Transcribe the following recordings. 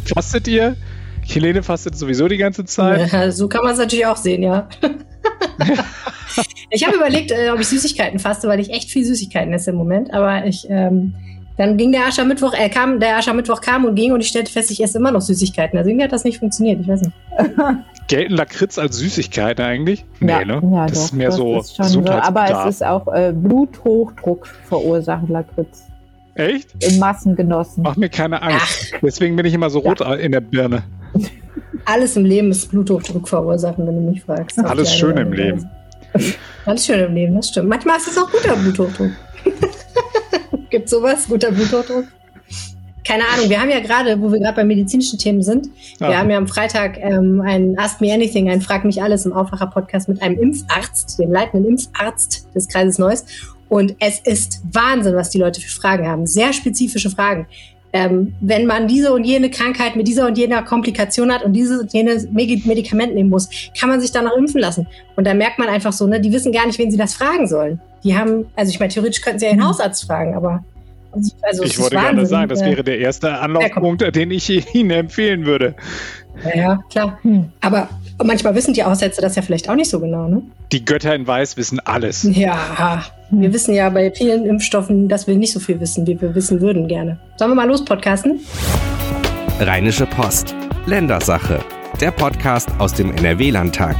Fastet ihr? Helene fastet sowieso die ganze Zeit. Ja, so kann man es natürlich auch sehen, ja. Ich habe überlegt, ob ich Süßigkeiten faste, weil ich echt viel Süßigkeiten esse im Moment. Aber dann ging der Aschermittwoch kam und ging und ich stellte fest, ich esse immer noch Süßigkeiten. Also irgendwie hat das nicht funktioniert, ich weiß nicht. Gelten Lakritz als Süßigkeit eigentlich? Ja, Nee, ne? ja, das doch, ist mehr das so ist schon so. Aber Gesundheitsbedarf. es ist auch Bluthochdruck verursacht, Lakritz. Echt? In Massen genossen. Mach mir keine Angst. Deswegen bin ich immer so rot in der Birne. Alles im Leben ist Bluthochdruck verursachen, wenn du mich fragst. Alles schön im Leben. Alles schön im Leben, das stimmt. Manchmal ist es auch guter Bluthochdruck. Gibt sowas? Guter Bluthochdruck? Keine Ahnung, wir haben ja gerade, wo wir gerade bei medizinischen Themen sind, wir haben ja am Freitag ein Ask Me Anything, ein Frag mich alles im Aufwacher-Podcast mit einem Impfarzt, dem leitenden Impfarzt des Kreises Neuss. Und es ist Wahnsinn, was die Leute für Fragen haben. Sehr spezifische Fragen. Wenn man diese und jene Krankheit mit dieser und jener Komplikation hat und dieses und jenes Medikament nehmen muss, kann man sich danach impfen lassen. Und da merkt man einfach so, ne, die wissen gar nicht, wen sie das fragen sollen. Die haben, also ich meine, theoretisch könnten sie ja den Hausarzt fragen, aber also ich wollte gerade sagen, das wäre der erste Anlaufpunkt, den ich Ihnen empfehlen würde. Ja, klar. Aber manchmal wissen die Hausärzte das ja vielleicht auch nicht so genau, ne? Die Götter in Weiß wissen alles. Ja, wir wissen ja bei vielen Impfstoffen, dass wir nicht so viel wissen, wie wir wissen würden gerne. Sollen wir mal los podcasten? Rheinische Post. Ländersache. Der Podcast aus dem NRW-Landtag.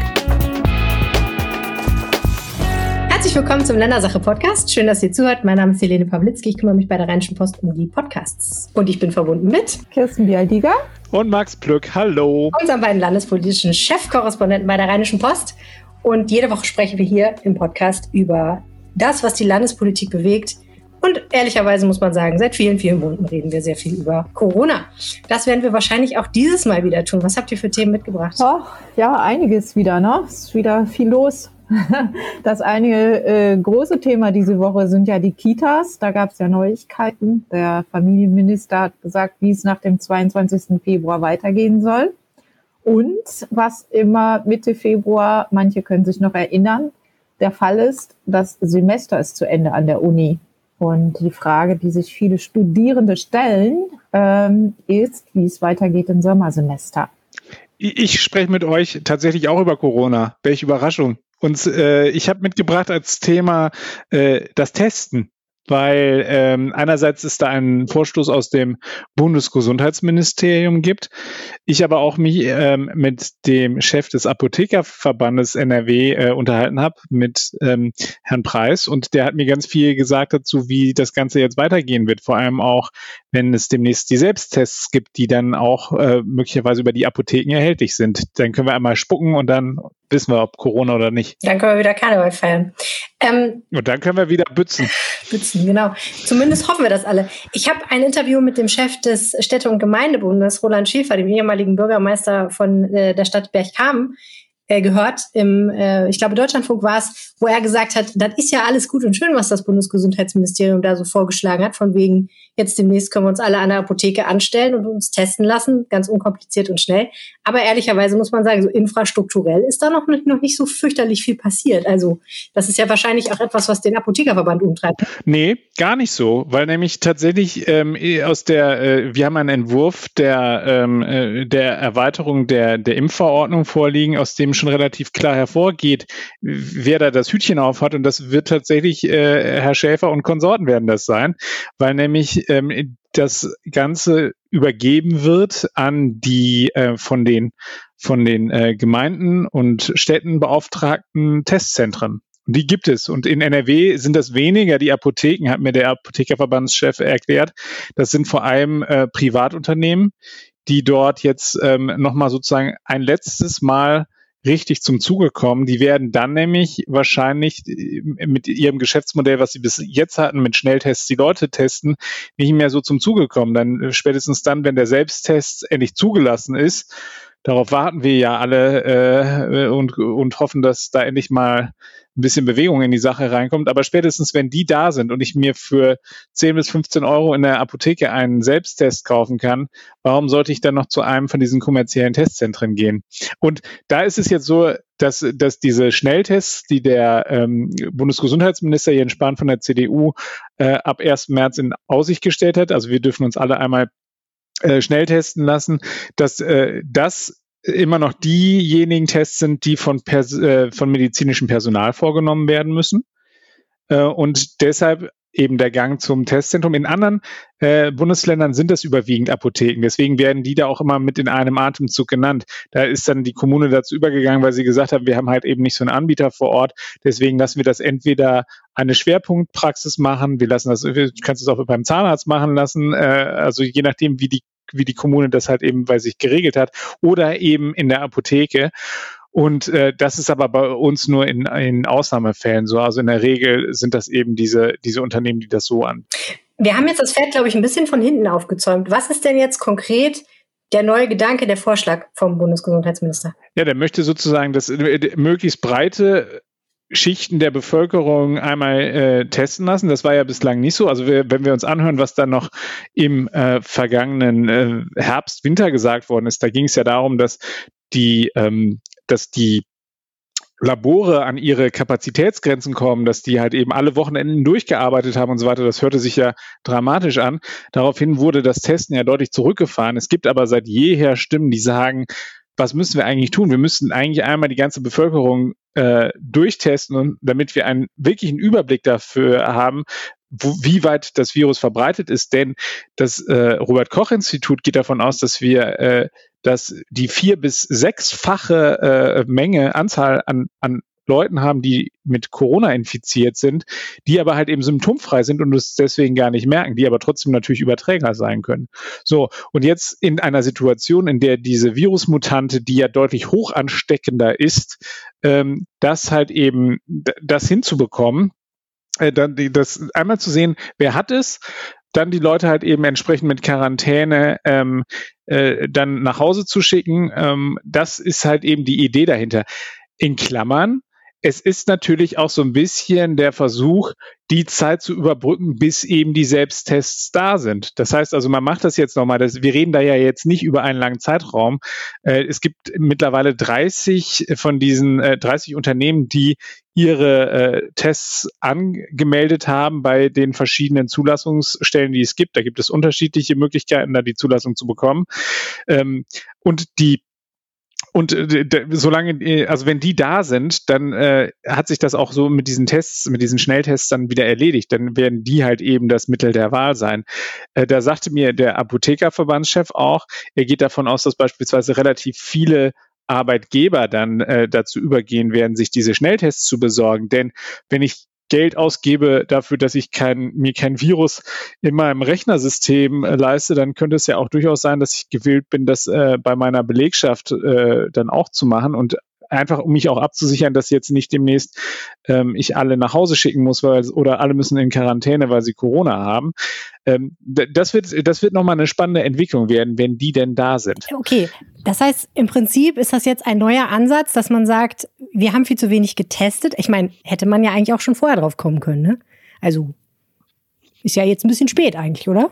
Herzlich willkommen zum Ländersache-Podcast. Schön, dass ihr zuhört. Mein Name ist Helene Pawlitzki. Ich kümmere mich bei der Rheinischen Post um die Podcasts. Und ich bin verbunden mit Kirsten Bialdiger und Max Plück. Hallo. Unseren beiden landespolitischen Chefkorrespondenten bei der Rheinischen Post. Und jede Woche sprechen wir hier im Podcast über das, was die Landespolitik bewegt. Und ehrlicherweise muss man sagen, seit vielen, vielen Monaten reden wir sehr viel über Corona. Das werden wir wahrscheinlich auch dieses Mal wieder tun. Was habt ihr für Themen mitgebracht? Oh, ja, einiges wieder, ne? Ist wieder viel los. Das eine große Thema diese Woche sind ja die Kitas. Da gab es ja Neuigkeiten. Der Familienminister hat gesagt, wie es nach dem 22. Februar weitergehen soll. Und was immer Mitte Februar, manche können sich noch erinnern, der Fall ist, das Semester ist zu Ende an der Uni. Und die Frage, die sich viele Studierende stellen, ist, wie es weitergeht im Sommersemester. Ich spreche mit euch tatsächlich auch über Corona. Welche Überraschung. Und ich habe mitgebracht als Thema das Testen, weil einerseits ist da ein Vorstoß aus dem Bundesgesundheitsministerium gibt. Ich aber auch mich mit dem Chef des Apothekerverbandes NRW unterhalten habe, mit Herrn Preis. Und der hat mir ganz viel gesagt dazu, wie das Ganze jetzt weitergehen wird. Vor allem auch, wenn es demnächst die Selbsttests gibt, die dann auch möglicherweise über die Apotheken erhältlich sind. Dann können wir einmal spucken und dann wissen wir, ob Corona oder nicht. Dann können wir wieder Karneval feiern. Und dann können wir wieder bützen. Bützen, genau. Zumindest hoffen wir das alle. Ich habe ein Interview mit dem Chef des Städte- und Gemeindebundes, Roland Schäfer, dem ehemaligen Bürgermeister von der Stadt Bergkamen, gehört. Ich glaube, Deutschlandfunk war es, wo er gesagt hat, das ist ja alles gut und schön, was das Bundesgesundheitsministerium da so vorgeschlagen hat, von wegen, jetzt demnächst können wir uns alle an der Apotheke anstellen und uns testen lassen, ganz unkompliziert und schnell. Aber ehrlicherweise muss man sagen, so infrastrukturell ist da noch nicht so fürchterlich viel passiert. Also das ist ja wahrscheinlich auch etwas, was den Apothekerverband umtreibt. Nee, gar nicht so, weil nämlich tatsächlich wir haben einen Entwurf der Erweiterung der Impfverordnung vorliegen, aus dem schon relativ klar hervorgeht, wer da das Hütchen auf hat. Und das wird tatsächlich Herr Schäfer und Konsorten werden das sein, weil nämlich das Ganze übergeben wird an die von den Gemeinden und Städten beauftragten Testzentren. Und die gibt es. Und in NRW sind das weniger die Apotheken, hat mir der Apothekerverbandschef erklärt. Das sind vor allem Privatunternehmen, die dort jetzt nochmal sozusagen ein letztes Mal richtig zum Zuge kommen. Die werden dann nämlich wahrscheinlich mit ihrem Geschäftsmodell, was sie bis jetzt hatten, mit Schnelltests die Leute testen, nicht mehr so zum Zuge kommen. Dann spätestens dann, wenn der Selbsttest endlich zugelassen ist, darauf warten wir ja alle und hoffen, dass da endlich mal ein bisschen Bewegung in die Sache reinkommt. Aber spätestens, wenn die da sind und ich mir für 10 bis 15 Euro in der Apotheke einen Selbsttest kaufen kann, warum sollte ich dann noch zu einem von diesen kommerziellen Testzentren gehen? Und da ist es jetzt so, dass diese Schnelltests, die der Bundesgesundheitsminister Jens Spahn von der CDU ab 1. März in Aussicht gestellt hat, also wir dürfen uns alle einmal schnell testen lassen, dass das immer noch diejenigen Tests sind, die von medizinischem Personal vorgenommen werden müssen. Und deshalb eben der Gang zum Testzentrum. In anderen Bundesländern sind das überwiegend Apotheken. Deswegen werden die da auch immer mit in einem Atemzug genannt. Da ist dann die Kommune dazu übergegangen, weil sie gesagt haben, wir haben halt eben nicht so einen Anbieter vor Ort. Deswegen lassen wir das entweder eine Schwerpunktpraxis machen. Du kannst es auch beim Zahnarzt machen lassen. Also je nachdem, wie die Kommune das halt eben bei sich geregelt hat. Oder eben in der Apotheke. Und das ist aber bei uns nur in Ausnahmefällen so. Also in der Regel sind das eben diese Unternehmen, die das so an. Wir haben jetzt das Pferd, glaube ich, ein bisschen von hinten aufgezäumt. Was ist denn jetzt konkret der neue Gedanke, der Vorschlag vom Bundesgesundheitsminister? Ja, der möchte sozusagen das möglichst breite Schichten der Bevölkerung einmal testen lassen. Das war ja bislang nicht so. Also wenn wir uns anhören, was dann noch im vergangenen Herbst, Winter gesagt worden ist, da ging es ja darum, dass die Labore an ihre Kapazitätsgrenzen kommen, dass die halt eben alle Wochenenden durchgearbeitet haben und so weiter. Das hörte sich ja dramatisch an. Daraufhin wurde das Testen ja deutlich zurückgefahren. Es gibt aber seit jeher Stimmen, die sagen, was müssen wir eigentlich tun? Wir müssen eigentlich einmal die ganze Bevölkerung durchtesten, und damit wir einen wirklichen Überblick dafür haben, wie weit das Virus verbreitet ist. Denn das Robert-Koch-Institut geht davon aus, dass wir dass die 4- bis 6-fache Anzahl an Leuten haben, die mit Corona infiziert sind, die aber halt eben symptomfrei sind und es deswegen gar nicht merken, die aber trotzdem natürlich Überträger sein können. So, und jetzt in einer Situation, in der diese Virusmutante, die ja deutlich hoch ansteckender ist, das halt eben, das hinzubekommen, dann das einmal zu sehen, wer hat es, dann die Leute halt eben entsprechend mit Quarantäne dann nach Hause zu schicken, das ist halt eben die Idee dahinter. In Klammern, es ist natürlich auch so ein bisschen der Versuch, die Zeit zu überbrücken, bis eben die Selbsttests da sind. Das heißt also, man macht das jetzt nochmal, wir reden da ja jetzt nicht über einen langen Zeitraum. Es gibt mittlerweile 30 von diesen 30 Unternehmen, die ihre Tests angemeldet haben bei den verschiedenen Zulassungsstellen, die es gibt. Da gibt es unterschiedliche Möglichkeiten, da die Zulassung zu bekommen. Solange, also wenn die da sind, dann hat sich das auch so mit diesen Tests, mit diesen Schnelltests dann wieder erledigt. Dann werden die halt eben das Mittel der Wahl sein. Da sagte mir der Apothekerverbandschef auch, er geht davon aus, dass beispielsweise relativ viele Arbeitgeber dann dazu übergehen werden, sich diese Schnelltests zu besorgen. Denn wenn ich Geld ausgebe dafür, dass ich mir kein Virus in meinem Rechnersystem leiste, dann könnte es ja auch durchaus sein, dass ich gewillt bin, das bei meiner Belegschaft dann auch zu machen, und einfach, um mich auch abzusichern, dass jetzt nicht demnächst ich alle nach Hause schicken muss, oder alle müssen in Quarantäne, weil sie Corona haben. Das wird nochmal eine spannende Entwicklung werden, wenn die denn da sind. Okay, das heißt, im Prinzip ist das jetzt ein neuer Ansatz, dass man sagt, wir haben viel zu wenig getestet. Ich meine, hätte man ja eigentlich auch schon vorher drauf kommen können, ne? Also, ist ja jetzt ein bisschen spät eigentlich, oder?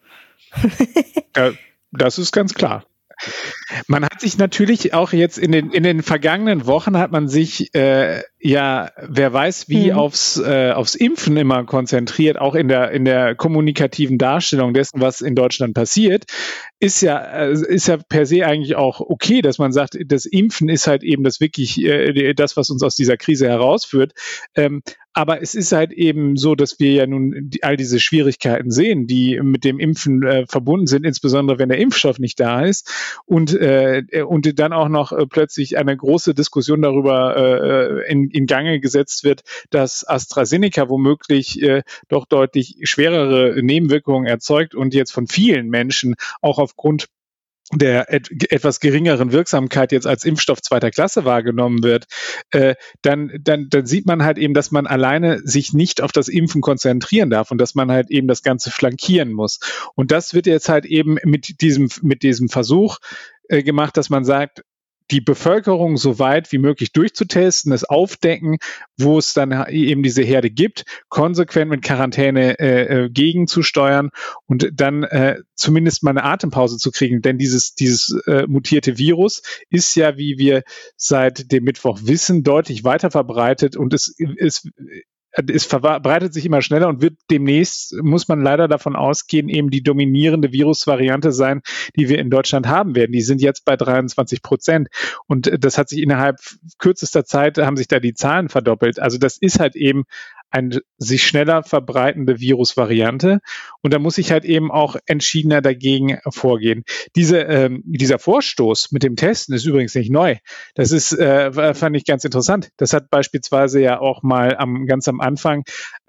Das ist ganz klar. Man hat sich natürlich auch jetzt in den vergangenen Wochen hat man sich wer weiß wie aufs Impfen immer konzentriert, auch in der kommunikativen Darstellung dessen, was in Deutschland passiert, ist ja per se eigentlich auch okay, dass man sagt, das Impfen ist halt eben das wirklich das, was uns aus dieser Krise herausführt. Aber es ist halt eben so, dass wir ja nun all diese Schwierigkeiten sehen, die mit dem Impfen verbunden sind, insbesondere wenn der Impfstoff nicht da ist, und dann auch noch plötzlich eine große Diskussion darüber in Gange gesetzt wird, dass AstraZeneca womöglich doch deutlich schwerere Nebenwirkungen erzeugt und jetzt von vielen Menschen auch aufgrund der etwas geringeren Wirksamkeit jetzt als Impfstoff zweiter Klasse wahrgenommen wird, dann sieht man halt eben, dass man alleine sich nicht auf das Impfen konzentrieren darf und dass man halt eben das Ganze flankieren muss. Und das wird jetzt halt eben mit diesem Versuch gemacht, dass man sagt, die Bevölkerung so weit wie möglich durchzutesten, es aufdecken, wo es dann eben diese Herde gibt, konsequent mit Quarantäne gegenzusteuern und dann zumindest mal eine Atempause zu kriegen. Denn dieses mutierte Virus ist ja, wie wir seit dem Mittwoch wissen, deutlich weiter verbreitet, und es es verbreitet sich immer schneller und wird demnächst, muss man leider davon ausgehen, eben die dominierende Virusvariante sein, die wir in Deutschland haben werden. Die sind jetzt bei 23%. Und das hat sich innerhalb kürzester Zeit, haben sich da die Zahlen verdoppelt. Also das ist halt eben eine sich schneller verbreitende Virusvariante. Und da muss ich halt eben auch entschiedener dagegen vorgehen. Dieser Vorstoß mit dem Testen ist übrigens nicht neu. Das ist, fand ich ganz interessant. Das hat beispielsweise ja auch mal ganz am Anfang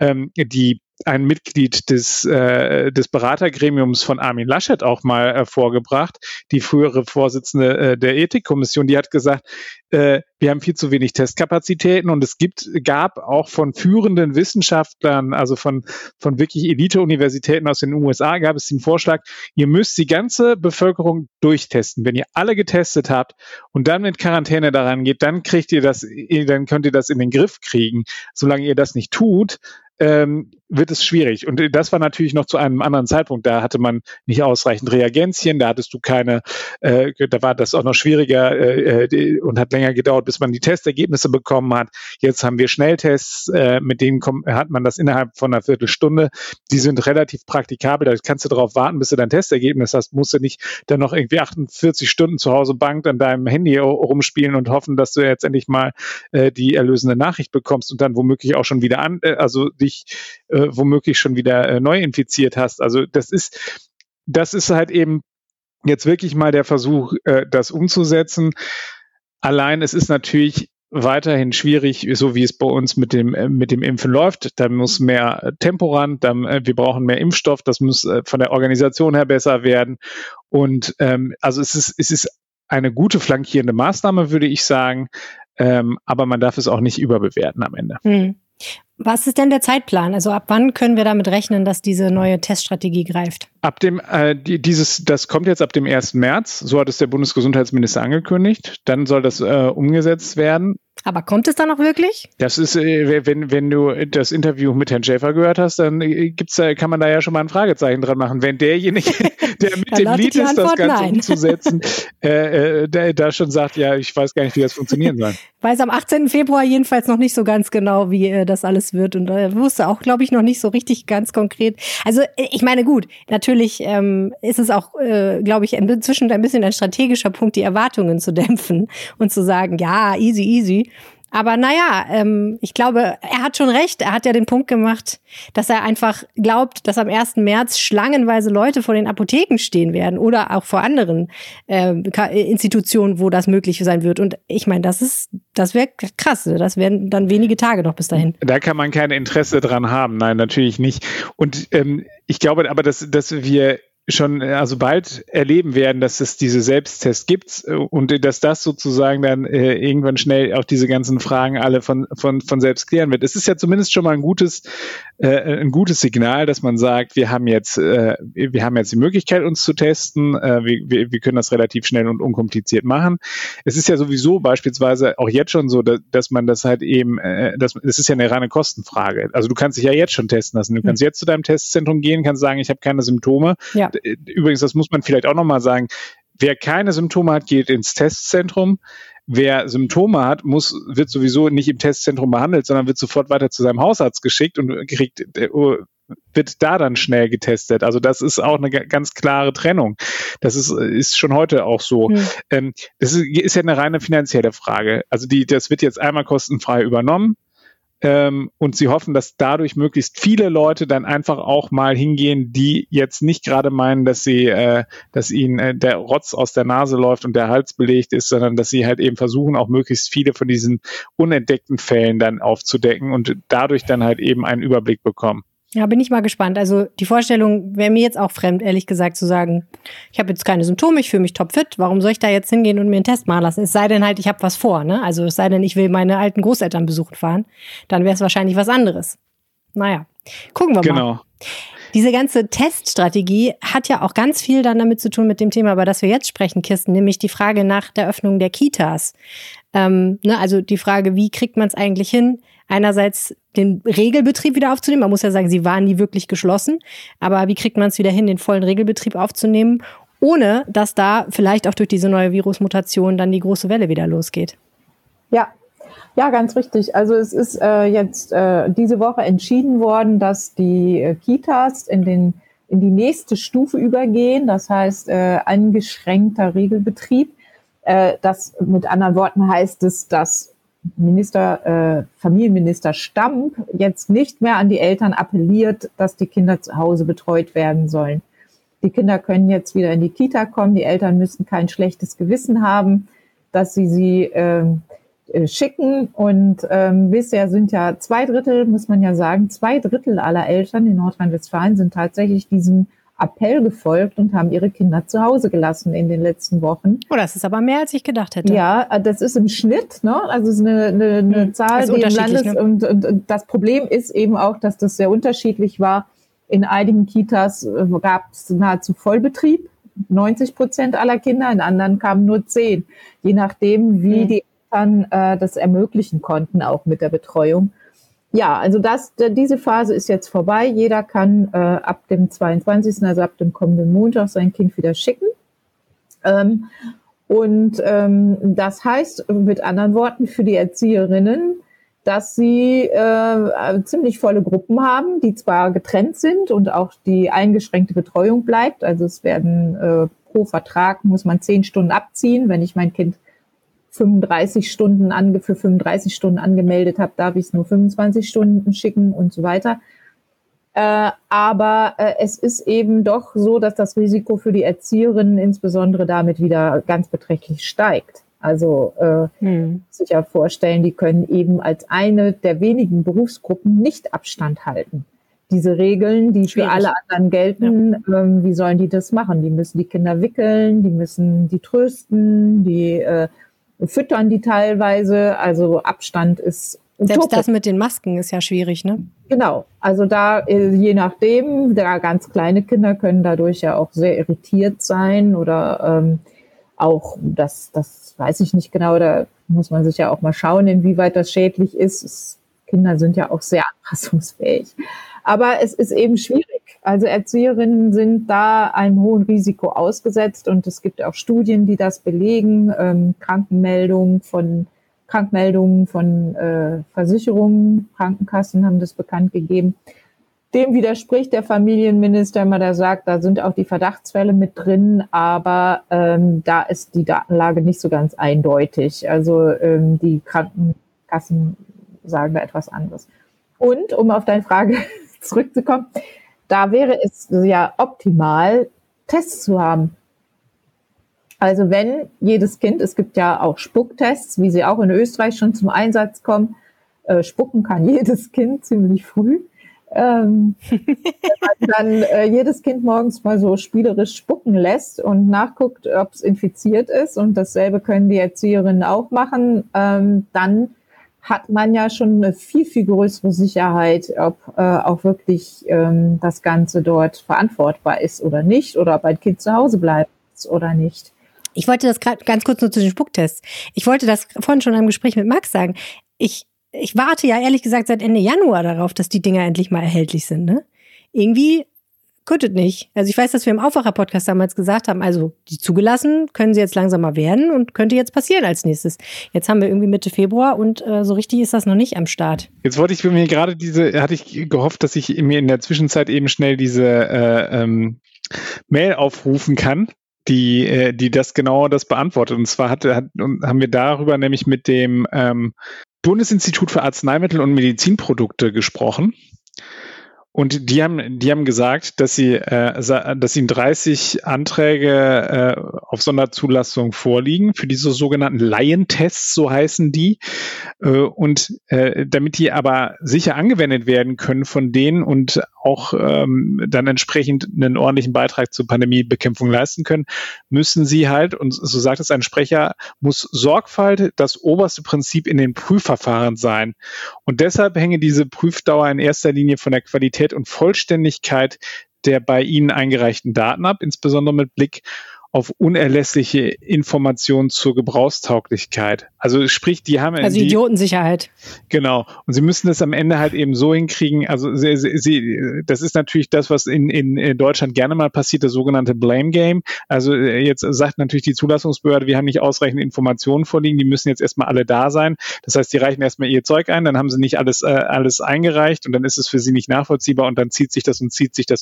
ein Mitglied des Beratergremiums von Armin Laschet auch mal vorgebracht, die frühere Vorsitzende der Ethikkommission, die hat gesagt, wir haben viel zu wenig Testkapazitäten und es gab auch von führenden Wissenschaftlern, also von wirklich Elite-Universitäten aus den USA, gab es den Vorschlag, ihr müsst die ganze Bevölkerung durchtesten. Wenn ihr alle getestet habt und dann mit Quarantäne daran geht, dann könnt ihr das in den Griff kriegen. Solange ihr das nicht tut, wird es schwierig. Und das war natürlich noch zu einem anderen Zeitpunkt. Da hatte man nicht ausreichend Reagenzien, da hattest du keine, da war das auch noch schwieriger und hat länger gedauert, bis man die Testergebnisse bekommen hat. Jetzt haben wir Schnelltests, mit denen hat man das innerhalb von einer Viertelstunde. Die sind relativ praktikabel, da kannst du darauf warten, bis du dein Testergebnis hast. Musst du nicht dann noch irgendwie 48 Stunden zu Hause bangt an deinem Handy rumspielen und hoffen, dass du jetzt endlich mal die erlösende Nachricht bekommst und dann womöglich auch schon wieder dich womöglich schon wieder neu infiziert hast. Also das ist halt eben jetzt wirklich mal der Versuch, das umzusetzen. Allein es ist natürlich weiterhin schwierig, so wie es bei uns mit dem Impfen läuft. Da muss mehr Tempo ran, wir brauchen mehr Impfstoff, das muss von der Organisation her besser werden. Und also es ist eine gute flankierende Maßnahme, würde ich sagen, aber man darf es auch nicht überbewerten am Ende. Was ist denn der Zeitplan? Also ab wann können wir damit rechnen, dass diese neue Teststrategie greift? Das kommt jetzt ab dem 1. März. So hat es der Bundesgesundheitsminister angekündigt. Dann soll das umgesetzt werden. Aber kommt es dann auch wirklich? Das ist, wenn du das Interview mit Herrn Schäfer gehört hast, dann kann man da ja schon mal ein Fragezeichen dran machen. Wenn derjenige, der mit dem Lied ist, das Ganze umzusetzen, da schon sagt, ja, ich weiß gar nicht, wie das funktionieren soll. Weiß am 18. Februar jedenfalls noch nicht so ganz genau, wie das alles wird. Und wusste auch, glaube ich, noch nicht so richtig ganz konkret. Also ich meine, gut, natürlich ist es auch, glaube ich, inzwischen ein bisschen ein strategischer Punkt, die Erwartungen zu dämpfen und zu sagen, ja, easy. Aber naja, ich glaube, er hat schon recht. Er hat ja den Punkt gemacht, dass er einfach glaubt, dass am 1. März schlangenweise Leute vor den Apotheken stehen werden oder auch vor anderen Institutionen, wo das möglich sein wird. Und ich meine, das wäre krass. Das wären dann wenige Tage noch bis dahin. Da kann man kein Interesse dran haben. Nein, natürlich nicht. Und ich glaube aber, dass wir schon also bald erleben werden, dass es diese Selbsttests gibt und dass das sozusagen dann irgendwann schnell auch diese ganzen Fragen alle von selbst klären wird. Es ist ja zumindest schon mal ein gutes Signal, dass man sagt, wir haben jetzt die Möglichkeit, uns zu testen. Wir können das relativ schnell und unkompliziert machen. Es ist ja sowieso beispielsweise auch jetzt schon so, dass man das halt eben, es ist ja eine reine Kostenfrage. Also du kannst dich ja jetzt schon testen lassen. Du kannst jetzt zu deinem Testzentrum gehen, kannst sagen, ich habe keine Symptome. Ja. Übrigens, das muss man vielleicht auch nochmal sagen, wer keine Symptome hat, geht ins Testzentrum. Wer Symptome hat, wird sowieso nicht im Testzentrum behandelt, sondern wird sofort weiter zu seinem Hausarzt geschickt und wird da dann schnell getestet. Also das ist auch eine ganz klare Trennung. Das ist schon heute auch so. Das ist ja eine reine finanzielle Frage. Also das wird jetzt einmal kostenfrei übernommen. Und sie hoffen, dass dadurch möglichst viele Leute dann einfach auch mal hingehen, die jetzt nicht gerade meinen, dass ihnen der Rotz aus der Nase läuft und der Hals belegt ist, sondern dass sie halt eben versuchen, auch möglichst viele von diesen unentdeckten Fällen dann aufzudecken und dadurch dann halt eben einen Überblick bekommen. Ja, bin ich mal gespannt. Also die Vorstellung wäre mir jetzt auch fremd, ehrlich gesagt, zu sagen, ich habe jetzt keine Symptome, ich fühle mich topfit, warum soll ich da jetzt hingehen und mir einen Test machen lassen? Es sei denn halt, ich habe was vor, ne? Also es sei denn, ich will meine alten Großeltern besuchen fahren, dann wäre es wahrscheinlich was anderes. Naja, gucken wir mal. Genau. Diese ganze Teststrategie hat ja auch ganz viel dann damit zu tun mit dem Thema, über das wir jetzt sprechen, Kirsten, nämlich die Frage nach der Öffnung der Kitas. Also die Frage, wie kriegt man es eigentlich hin, einerseits den Regelbetrieb wieder aufzunehmen. Man muss ja sagen, sie waren nie wirklich geschlossen. Aber wie kriegt man es wieder hin, den vollen Regelbetrieb aufzunehmen, ohne dass da vielleicht auch durch diese neue Virusmutation dann die große Welle wieder losgeht? Ja, Ja, ganz richtig. Also es ist jetzt diese Woche entschieden worden, dass die Kitas in die nächste Stufe übergehen. Das heißt, eingeschränkter Regelbetrieb. Das mit anderen Worten heißt es, dass Familienminister Stamp jetzt nicht mehr an die Eltern appelliert, dass die Kinder zu Hause betreut werden sollen. Die Kinder können jetzt wieder in die Kita kommen. Die Eltern müssen kein schlechtes Gewissen haben, dass sie schicken. Und bisher sind ja 2/3, muss man ja sagen, 2/3 aller Eltern in Nordrhein-Westfalen sind tatsächlich diesem Appell gefolgt und haben ihre Kinder zu Hause gelassen in den letzten Wochen. Oh, das ist aber mehr, als ich gedacht hätte. Ja, das ist im Schnitt, ne? Also es ist eine Zahl, die im Landes... Ne? Und das Problem ist eben auch, dass das sehr unterschiedlich war. In einigen Kitas gab es nahezu Vollbetrieb, 90% aller Kinder, in anderen kamen nur 10, je nachdem, wie die Eltern das ermöglichen konnten, auch mit der Betreuung. Ja, also diese Phase ist jetzt vorbei. Jeder kann ab dem 22., also ab dem kommenden Montag, sein Kind wieder schicken. Das heißt mit anderen Worten für die Erzieherinnen, dass sie ziemlich volle Gruppen haben, die zwar getrennt sind und auch die eingeschränkte Betreuung bleibt. Also es werden pro Vertrag muss man 10 Stunden abziehen. Wenn ich mein Kind 35 Stunden für 35 Stunden angemeldet habe, darf ich es nur 25 Stunden schicken und so weiter. Aber es ist eben doch so, dass das Risiko für die Erzieherinnen insbesondere damit wieder ganz beträchtlich steigt. Also sich ja vorstellen, die können eben als eine der wenigen Berufsgruppen nicht Abstand halten. Diese Regeln, die für alle anderen gelten, wie sollen die das machen? Die müssen die Kinder wickeln, die müssen die trösten, die füttern die teilweise. Also Abstand ist utopisch. Selbst das mit den Masken ist ja schwierig, ne? Genau. Also da, je nachdem, ganz kleine Kinder können dadurch ja auch sehr irritiert sein oder auch, das weiß ich nicht genau, da muss man sich ja auch mal schauen, inwieweit das schädlich ist. Kinder sind ja auch sehr anpassungsfähig. Aber es ist eben schwierig. Also Erzieherinnen sind da einem hohen Risiko ausgesetzt und es gibt auch Studien, die das belegen. Krankmeldungen von Versicherungen, Krankenkassen haben das bekannt gegeben. Dem widerspricht der Familienminister immer, der sagt, da sind auch die Verdachtsfälle mit drin, aber da ist die Datenlage nicht so ganz eindeutig. Also die Krankenkassen sagen da etwas anderes. Und um auf deine Frage zurückzukommen, da wäre es ja optimal, Tests zu haben. Also wenn jedes Kind, es gibt ja auch Spucktests, wie sie auch in Österreich schon zum Einsatz kommen, spucken kann jedes Kind ziemlich früh. Wenn man dann jedes Kind morgens mal so spielerisch spucken lässt und nachguckt, ob es infiziert ist, und dasselbe können die Erzieherinnen auch machen, dann hat man ja schon eine viel, viel größere Sicherheit, ob auch wirklich das Ganze dort verantwortbar ist oder nicht, oder ob ein Kind zu Hause bleibt oder nicht. Ich wollte das gerade ganz kurz nur zu den Spucktests. Ich wollte das vorhin schon im Gespräch mit Max sagen. Ich warte ja ehrlich gesagt seit Ende Januar darauf, dass die Dinger endlich mal erhältlich sind, ne? Irgendwie könntet nicht. Also ich weiß, dass wir im Aufwacher-Podcast damals gesagt haben, also die zugelassen, können sie jetzt langsam mal werden und könnte jetzt passieren als nächstes. Jetzt haben wir irgendwie Mitte Februar und so richtig ist das noch nicht am Start. Jetzt wollte ich mir gerade hatte ich gehofft, dass ich mir in der Zwischenzeit eben schnell diese Mail aufrufen kann, die das beantwortet. Und zwar haben wir darüber nämlich mit dem Bundesinstitut für Arzneimittel und Medizinprodukte gesprochen. Und die haben gesagt, dass ihnen 30 Anträge auf Sonderzulassung vorliegen für diese sogenannten Laientests, so heißen die. Und damit die aber sicher angewendet werden können von denen und auch dann entsprechend einen ordentlichen Beitrag zur Pandemiebekämpfung leisten können, müssen sie halt, und so sagt es ein Sprecher, muss Sorgfalt das oberste Prinzip in den Prüfverfahren sein. Und deshalb hänge diese Prüfdauer in erster Linie von der Qualität und Vollständigkeit der bei Ihnen eingereichten Daten ab, insbesondere mit Blick auf unerlässliche Informationen zur Gebrauchstauglichkeit. Also sprich, die haben also Idiotensicherheit. Genau. Und sie müssen das am Ende halt eben so hinkriegen. Also das ist natürlich das, was in Deutschland gerne mal passiert, das sogenannte Blame Game. Also jetzt sagt natürlich die Zulassungsbehörde, wir haben nicht ausreichend Informationen vorliegen, die müssen jetzt erstmal alle da sein. Das heißt, die reichen erstmal ihr Zeug ein, dann haben sie nicht alles eingereicht und dann ist es für sie nicht nachvollziehbar und dann zieht sich das,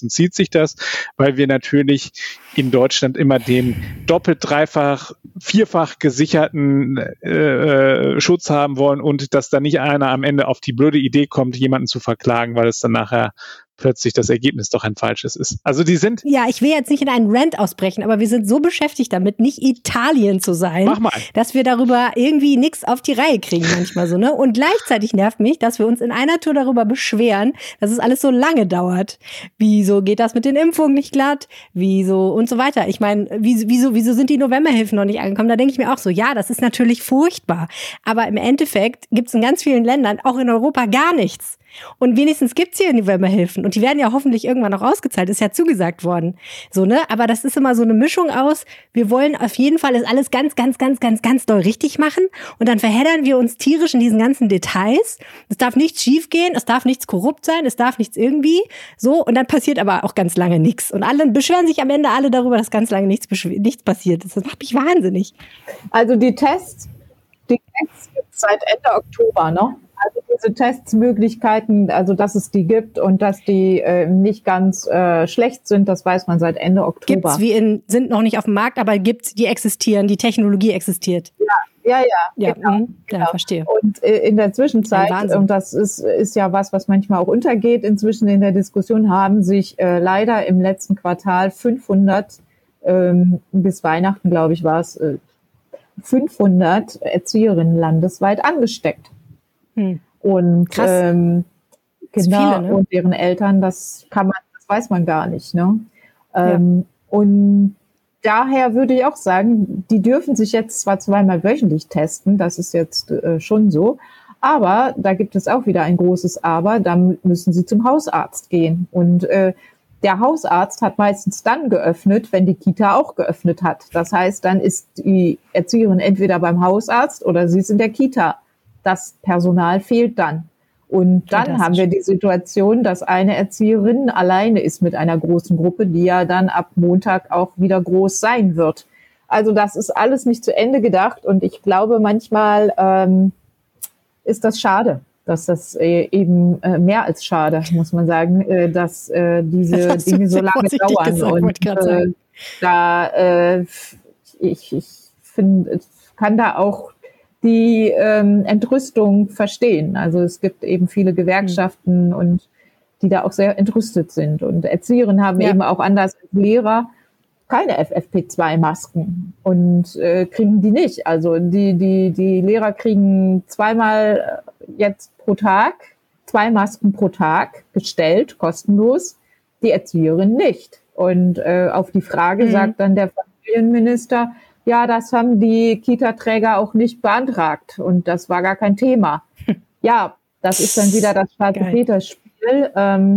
weil wir natürlich in Deutschland immer den doppelt, dreifach, vierfach gesicherten Schutz haben wollen und dass da nicht einer am Ende auf die blöde Idee kommt, jemanden zu verklagen, weil es dann nachher plötzlich das Ergebnis doch ein falsches ist. Also die sind... Ja, ich will jetzt nicht in einen Rant ausbrechen, aber wir sind so beschäftigt damit, nicht Italien zu sein, dass wir darüber irgendwie nichts auf die Reihe kriegen manchmal so, ne? Und gleichzeitig nervt mich, dass wir uns in einer Tour darüber beschweren, dass es alles so lange dauert. Wieso geht das mit den Impfungen nicht glatt? Wieso und so weiter. Ich meine, wieso sind die Novemberhilfen noch nicht angekommen? Da denke ich mir auch so, ja, das ist natürlich furchtbar. Aber im Endeffekt gibt es in ganz vielen Ländern, auch in Europa, gar nichts. Und wenigstens gibt's hier Novemberhilfen. Und die werden ja hoffentlich irgendwann noch ausgezahlt. Ist ja zugesagt worden. So, ne? Aber das ist immer so eine Mischung aus, wir wollen auf jeden Fall das alles ganz, ganz, ganz, ganz, ganz doll richtig machen. Und dann verheddern wir uns tierisch in diesen ganzen Details. Es darf nichts schief gehen, es darf nichts korrupt sein, es darf nichts irgendwie. So, und dann passiert aber auch ganz lange nichts. Und alle beschweren sich am Ende alle darüber, dass ganz lange nichts passiert ist. Das macht mich wahnsinnig. Also die Tests gibt es seit Ende Oktober, ne? Also diese Testmöglichkeiten, also dass es die gibt und dass die nicht ganz schlecht sind, das weiß man seit Ende Oktober. Sind noch nicht auf dem Markt, aber die existieren, die Technologie existiert. Ja, genau. Ja, verstehe. Und in der Zwischenzeit, und das ist ja was manchmal auch untergeht inzwischen in der Diskussion, haben sich leider im letzten Quartal 500, bis Weihnachten, glaube ich, war es, 500 Erzieherinnen landesweit angesteckt. Und Kinder viele, ne? Und deren Eltern, das weiß man gar nicht, ne? Und daher würde ich auch sagen, die dürfen sich jetzt zwar zweimal wöchentlich testen, das ist jetzt schon so, aber da gibt es auch wieder ein großes Aber, da müssen sie zum Hausarzt gehen. Und der Hausarzt hat meistens dann geöffnet, wenn die Kita auch geöffnet hat. Das heißt, dann ist die Erzieherin entweder beim Hausarzt oder sie ist in der Kita. Das Personal fehlt dann. Und dann haben wir die Situation, dass eine Erzieherin alleine ist mit einer großen Gruppe, die ja dann ab Montag auch wieder groß sein wird. Also das ist alles nicht zu Ende gedacht. Und ich glaube, manchmal ist das schade, dass das eben mehr als schade, muss man sagen, dass diese Dinge so lange dauern. Gesagt, und ich finde, kann da auch die Entrüstung verstehen. Also es gibt eben viele Gewerkschaften und die da auch sehr entrüstet sind. Und Erzieherinnen haben eben auch anders als Lehrer keine FFP2-Masken und kriegen die nicht. Also die Lehrer kriegen zweimal jetzt pro Tag 2 Masken pro Tag gestellt, kostenlos, die Erzieherin nicht. Und auf die Frage sagt dann der Familienminister, ja, das haben die Kita-Träger auch nicht beantragt und das war gar kein Thema. Ja, das ist dann wieder das Schwarze-Peter-Spiel.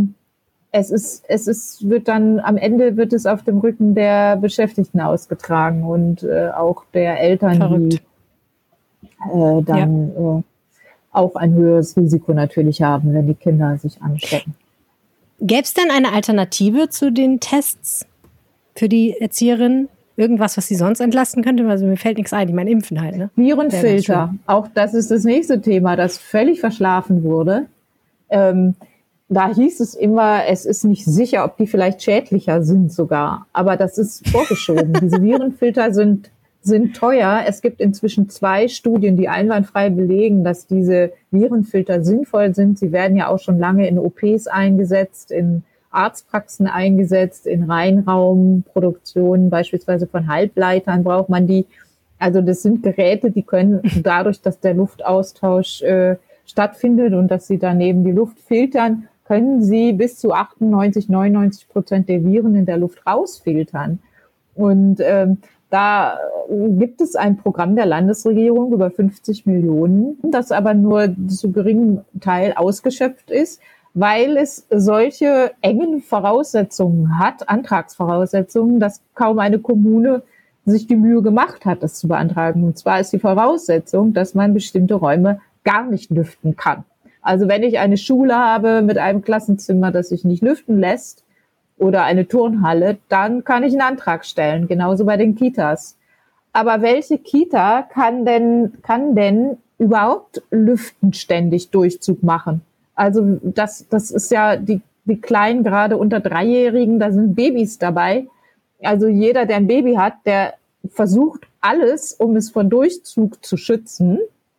Wird dann am Ende wird es auf dem Rücken der Beschäftigten ausgetragen und auch der Eltern, verrückt, die dann auch ein höheres Risiko natürlich haben, wenn die Kinder sich anstecken. Gäbe es denn eine Alternative zu den Tests für die Erzieherinnen? Irgendwas, was sie sonst entlasten könnte? Also mir fällt nichts ein. Ich meine, Impfen halt, ne? Virenfilter. Auch das ist das nächste Thema, das völlig verschlafen wurde. Da hieß es immer, es ist nicht sicher, ob die vielleicht schädlicher sind sogar. Aber das ist vorgeschoben. Diese Virenfilter sind teuer. Es gibt inzwischen 2 Studien, die einwandfrei belegen, dass diese Virenfilter sinnvoll sind. Sie werden ja auch schon lange in OPs eingesetzt, in Arztpraxen eingesetzt, in Reinraumproduktionen, beispielsweise von Halbleitern braucht man die. Also das sind Geräte, die können dadurch, dass der Luftaustausch stattfindet und dass sie daneben die Luft filtern, können sie bis zu 98-99% der Viren in der Luft rausfiltern. Und da gibt es ein Programm der Landesregierung über 50 Millionen, das aber nur zu geringem Teil ausgeschöpft ist, weil es solche engen Voraussetzungen hat, Antragsvoraussetzungen, dass kaum eine Kommune sich die Mühe gemacht hat, das zu beantragen. Und zwar ist die Voraussetzung, dass man bestimmte Räume gar nicht lüften kann. Also wenn ich eine Schule habe mit einem Klassenzimmer, das sich nicht lüften lässt, oder eine Turnhalle, dann kann ich einen Antrag stellen, genauso bei den Kitas. Aber welche Kita kann denn überhaupt lüften ständig Durchzug machen? Also das ist ja die Kleinen, gerade unter 3-Jährigen, da sind Babys dabei. Also jeder, der ein Baby hat, der versucht alles, um es von Durchzug zu schützen.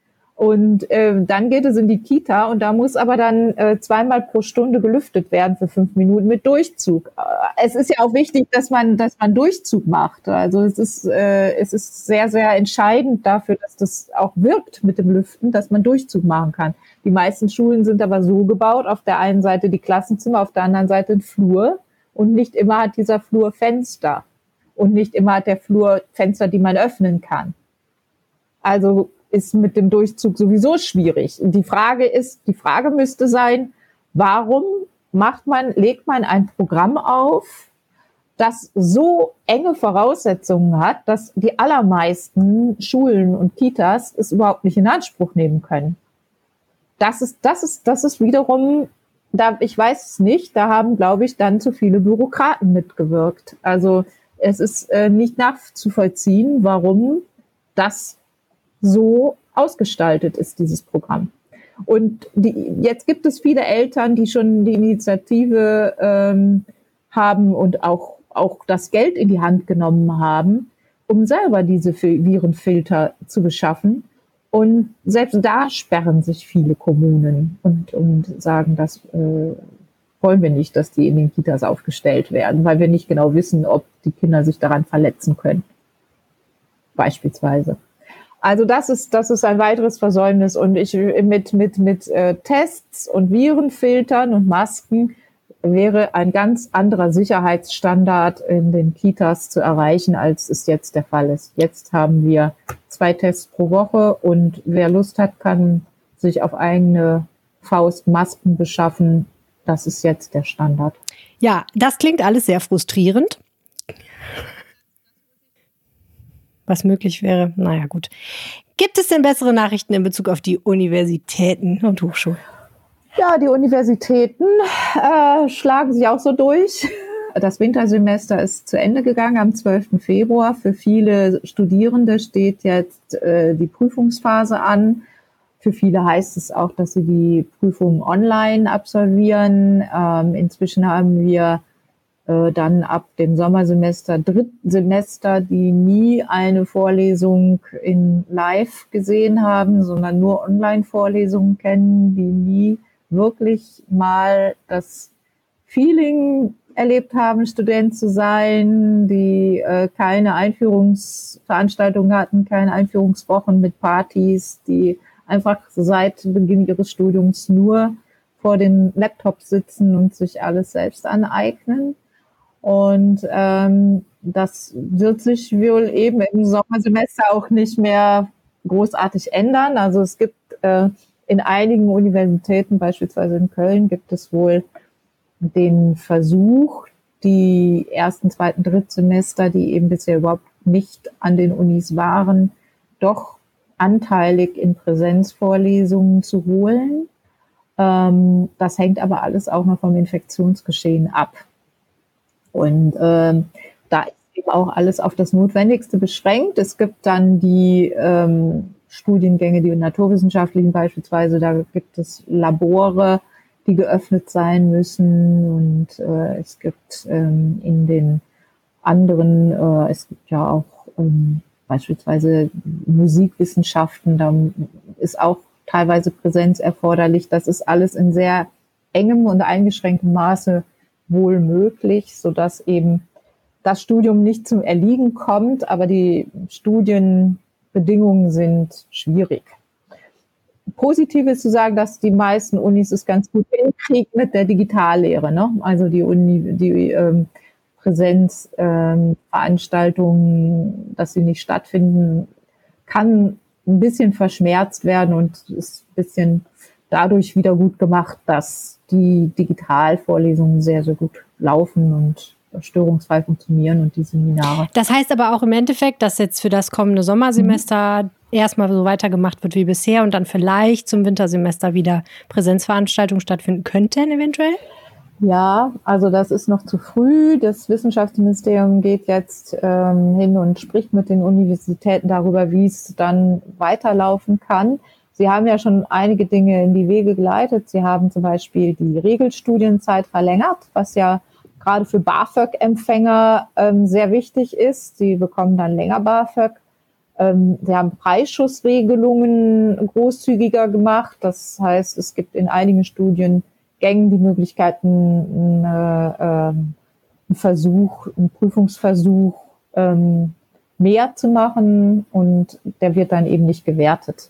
Und dann geht es in die Kita und da muss aber dann 2-mal pro Stunde gelüftet werden für 5 Minuten mit Durchzug. Es ist ja auch wichtig, dass man Durchzug macht. Also es ist sehr, sehr entscheidend dafür, dass das auch wirkt mit dem Lüften, dass man Durchzug machen kann. Die meisten Schulen sind aber so gebaut, auf der einen Seite die Klassenzimmer, auf der anderen Seite ein Flur und nicht immer hat dieser Flur Fenster und nicht immer hat der Flur Fenster, die man öffnen kann. Also ist mit dem Durchzug sowieso schwierig. Und die Frage müsste sein, warum legt man ein Programm auf, das so enge Voraussetzungen hat, dass die allermeisten Schulen und Kitas es überhaupt nicht in Anspruch nehmen können. Das ist wiederum, ich weiß es nicht, da haben, glaube ich, dann zu viele Bürokraten mitgewirkt. Also es ist nicht nachzuvollziehen, warum das so ausgestaltet ist, dieses Programm. Und jetzt gibt es viele Eltern, die schon die Initiative haben und auch das Geld in die Hand genommen haben, um selber diese Virenfilter zu beschaffen. Und selbst da sperren sich viele Kommunen und sagen, das wollen wir nicht, dass die in den Kitas aufgestellt werden, weil wir nicht genau wissen, ob die Kinder sich daran verletzen können. Beispielsweise. Also das ist ein weiteres Versäumnis und mit Tests und Virenfiltern und Masken wäre ein ganz anderer Sicherheitsstandard in den Kitas zu erreichen, als es jetzt der Fall ist. Jetzt haben wir 2 Tests pro Woche und wer Lust hat, kann sich auf eigene Faust Masken beschaffen. Das ist jetzt der Standard. Ja, das klingt alles sehr frustrierend. Was möglich wäre, naja, gut. Gibt es denn bessere Nachrichten in Bezug auf die Universitäten und Hochschulen? Ja, die Universitäten schlagen sich auch so durch. Das Wintersemester ist zu Ende gegangen am 12. Februar. Für viele Studierende steht jetzt die Prüfungsphase an. Für viele heißt es auch, dass sie die Prüfungen online absolvieren. Inzwischen haben wir dann ab dem Sommersemester, Drittsemester, die nie eine Vorlesung in Live gesehen haben, sondern nur Online-Vorlesungen kennen, die nie wirklich mal das Feeling erlebt haben, Student zu sein, die keine Einführungsveranstaltungen hatten, keine Einführungswochen mit Partys, die einfach seit Beginn ihres Studiums nur vor den Laptops sitzen und sich alles selbst aneignen. Und das wird sich wohl eben im Sommersemester auch nicht mehr großartig ändern. Also es gibt in einigen Universitäten, beispielsweise in Köln, gibt es wohl den Versuch, die ersten, zweiten, Drittsemester, die eben bisher überhaupt nicht an den Unis waren, doch anteilig in Präsenzvorlesungen zu holen. Das hängt aber alles auch noch vom Infektionsgeschehen ab. Und da ist eben auch alles auf das Notwendigste beschränkt. Es gibt dann die Studiengänge, die naturwissenschaftlichen beispielsweise, da gibt es Labore, die geöffnet sein müssen. Und es gibt in den anderen, es gibt ja auch beispielsweise Musikwissenschaften, da ist auch teilweise Präsenz erforderlich. Das ist alles in sehr engem und eingeschränktem Maße wohl möglich, sodass eben das Studium nicht zum Erliegen kommt, aber die Studienbedingungen sind schwierig. Positiv ist zu sagen, dass die meisten Unis es ganz gut hinkriegen mit der Digitallehre, ne? Also die Präsenzveranstaltungen, dass sie nicht stattfinden, kann ein bisschen verschmerzt werden und ist ein bisschen dadurch wieder gut gemacht, dass die Digitalvorlesungen sehr, sehr gut laufen und störungsfrei funktionieren und die Seminare. Das heißt aber auch im Endeffekt, dass jetzt für das kommende Sommersemester erstmal so weitergemacht wird wie bisher und dann vielleicht zum Wintersemester wieder Präsenzveranstaltungen stattfinden könnten eventuell? Ja, also das ist noch zu früh. Das Wissenschaftsministerium geht jetzt hin und spricht mit den Universitäten darüber, wie es dann weiterlaufen kann. Sie haben ja schon einige Dinge in die Wege geleitet. Sie haben zum Beispiel die Regelstudienzeit verlängert, was ja gerade für BAföG-Empfänger sehr wichtig ist. Sie bekommen dann länger BAföG. Sie haben Freischussregelungen großzügiger gemacht. Das heißt, es gibt in einigen Studiengängen die Möglichkeiten, einen Prüfungsversuch mehr zu machen und der wird dann eben nicht gewertet.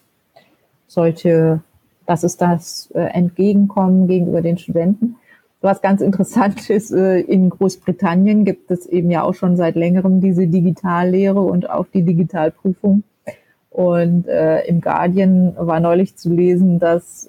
Das ist das Entgegenkommen gegenüber den Studenten. Was ganz interessant ist, in Großbritannien gibt es eben ja auch schon seit längerem diese Digitallehre und auch die Digitalprüfung. Und im Guardian war neulich zu lesen, dass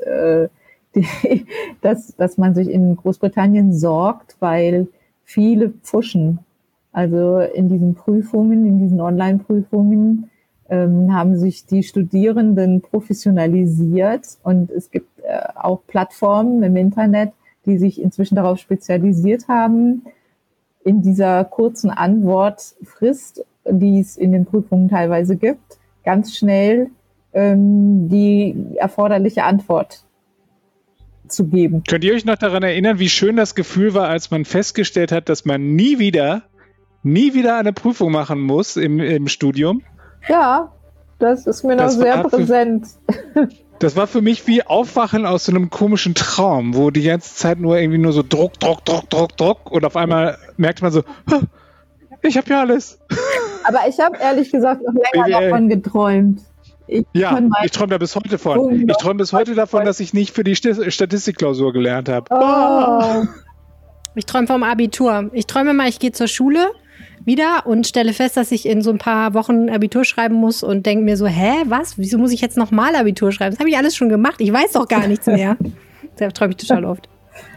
man sich in Großbritannien sorgt, weil viele pfuschen. Also in diesen Prüfungen, in diesen Online-Prüfungen haben sich die Studierenden professionalisiert und es gibt auch Plattformen im Internet, die sich inzwischen darauf spezialisiert haben, in dieser kurzen Antwortfrist, die es in den Prüfungen teilweise gibt, ganz schnell die erforderliche Antwort zu geben. Könnt ihr euch noch daran erinnern, wie schön das Gefühl war, als man festgestellt hat, dass man nie wieder eine Prüfung machen muss im Studium? Ja, das ist mir noch sehr präsent. Das war für mich wie Aufwachen aus so einem komischen Traum, wo die ganze Zeit nur so Druck und auf einmal merkt man so, ich habe ja alles. Aber ich habe ehrlich gesagt noch länger davon geträumt. Ich träume da bis heute von. Ich träume bis heute davon, dass ich nicht für die Statistikklausur gelernt habe. Oh. Ich träume vom Abitur. Ich träume mal, ich gehe zur Schule wieder und stelle fest, dass ich in so ein paar Wochen Abitur schreiben muss und denke mir so, was? Wieso muss ich jetzt nochmal Abitur schreiben? Das habe ich alles schon gemacht. Ich weiß doch gar nichts mehr. Da träume ich total oft.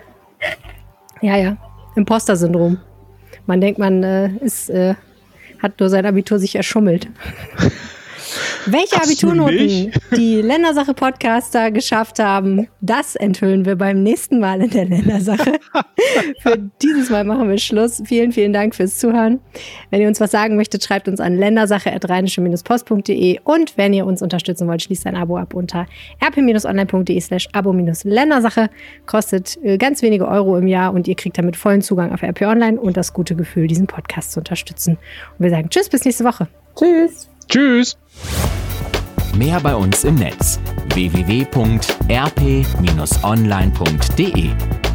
Ja. Imposter-Syndrom. Man denkt, man hat nur sein Abitur sich erschummelt. Welche Abiturnoten die Ländersache-Podcaster geschafft haben, das enthüllen wir beim nächsten Mal in der Ländersache. Für dieses Mal machen wir Schluss. Vielen, vielen Dank fürs Zuhören. Wenn ihr uns was sagen möchtet, schreibt uns an ländersache@rheinische-post.de und wenn ihr uns unterstützen wollt, schließt ein Abo ab unter rp-online.de/abo-ländersache. Kostet ganz wenige Euro im Jahr und ihr kriegt damit vollen Zugang auf RP Online und das gute Gefühl, diesen Podcast zu unterstützen. Und wir sagen Tschüss, bis nächste Woche. Tschüss. Tschüss. Mehr bei uns im Netz: www.rp-online.de